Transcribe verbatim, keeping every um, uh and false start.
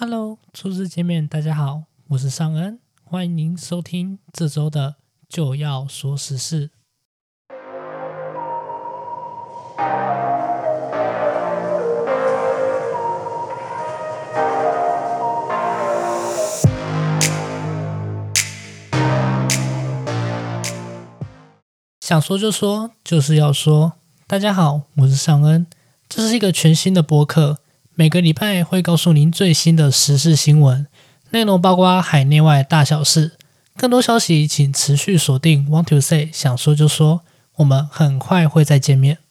Hello， 初次见面，大家好，我是尚恩，欢迎您收听这周的就要说时事。想说就说，就是要说。大家好，我是尚恩，这是一个全新的播客，每个礼拜会告诉您最新的时事新闻，内容包括海内外大小事。更多消息请持续锁定 Want to Say 想说就说，我们很快会再见面。